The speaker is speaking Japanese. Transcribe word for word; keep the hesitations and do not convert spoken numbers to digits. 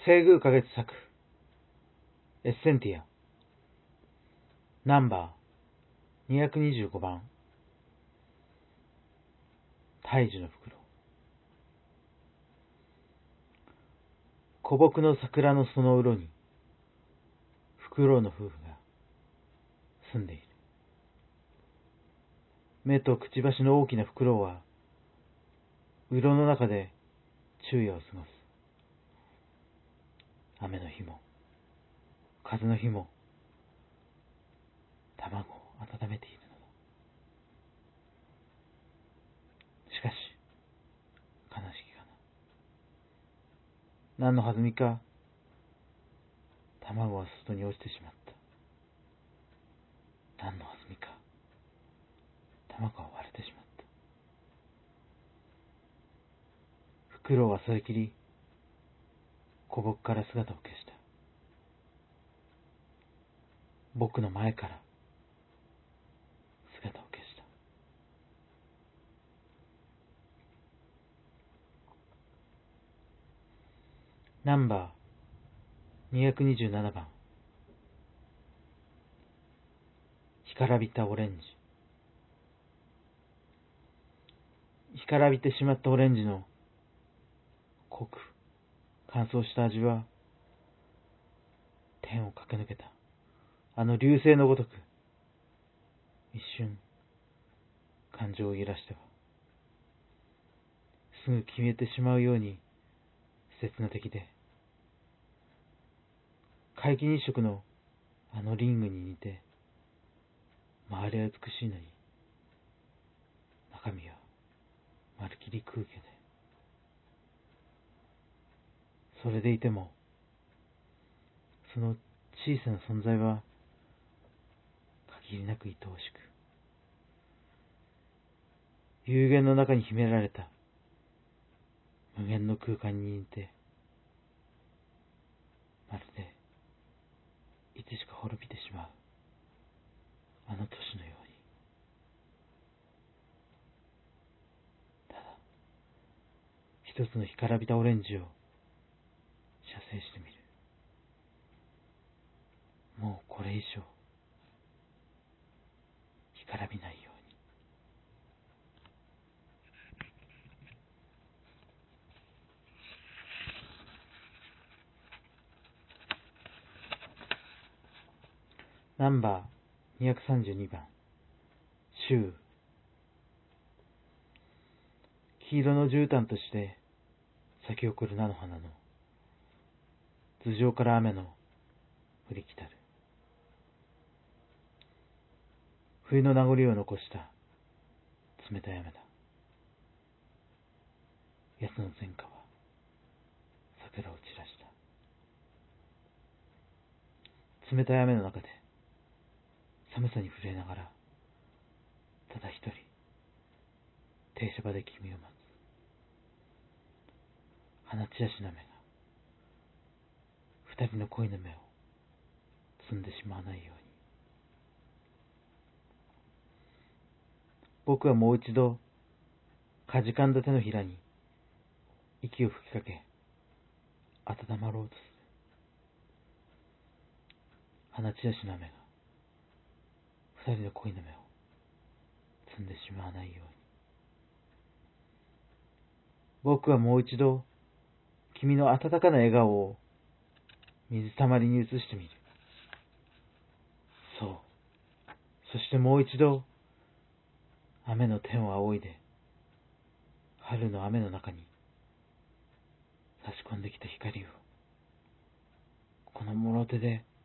西宮花月作エッセンティアナンバーにひゃくにじゅうごばん大樹の袋。古木の桜のそのうろにフクロウの夫婦が住んでいる。目とくちばしの大きなフクロウはうろの中で昼夜を過ごす。雨の日も風の日も卵を温めているのだ。しかし悲しきかな。何の弾みか卵は外に落ちてしまった。何の弾みか卵は割れてしまった。フクロウはそれきり古木から姿を消した。僕の前から姿を消した。ナンバーにひゃくにじゅうななばん干からびたオレンジ。干からびてしまったオレンジの濃く乾燥した味は天を駆け抜けた。あの流星のごとく一瞬感情を揺らしてはすぐ消えてしまうように刹那的で、皆既日食のあのリングに似て周りは美しいのに中身はまるきり空虚で、それでいてもその小さな存在は限りなく愛おしく、有限の中に秘められた無限の空間に似て、まるでいつしか滅びてしまうあの都市のように。ただ一つの干からびたオレンジを写生してみる。もうこれ以上干からびないように。ナンバーにひゃくさんじゅうにばん秋。黄色の絨毯として咲き誇る菜の花の頭上から雨の降り来たる。冬の名残を残した冷たい雨だ。奴の前科は桜を散らした。冷たい雨の中で寒さに震えながらただ一人停車場で君を待つ。放ちやしな目が二人の恋の目を摘んでしまわないように。僕はもう一度かじかんだ手のひらに息を吹きかけ温まろうとする。放ちやしな目が二人の恋の目を摘んでしまわないように。僕はもう一度君の温かな笑顔を水たまりに映してみる。そう。そしてもう一度雨の天を仰いで春の雨の中に差し込んできた光をこのもろ手で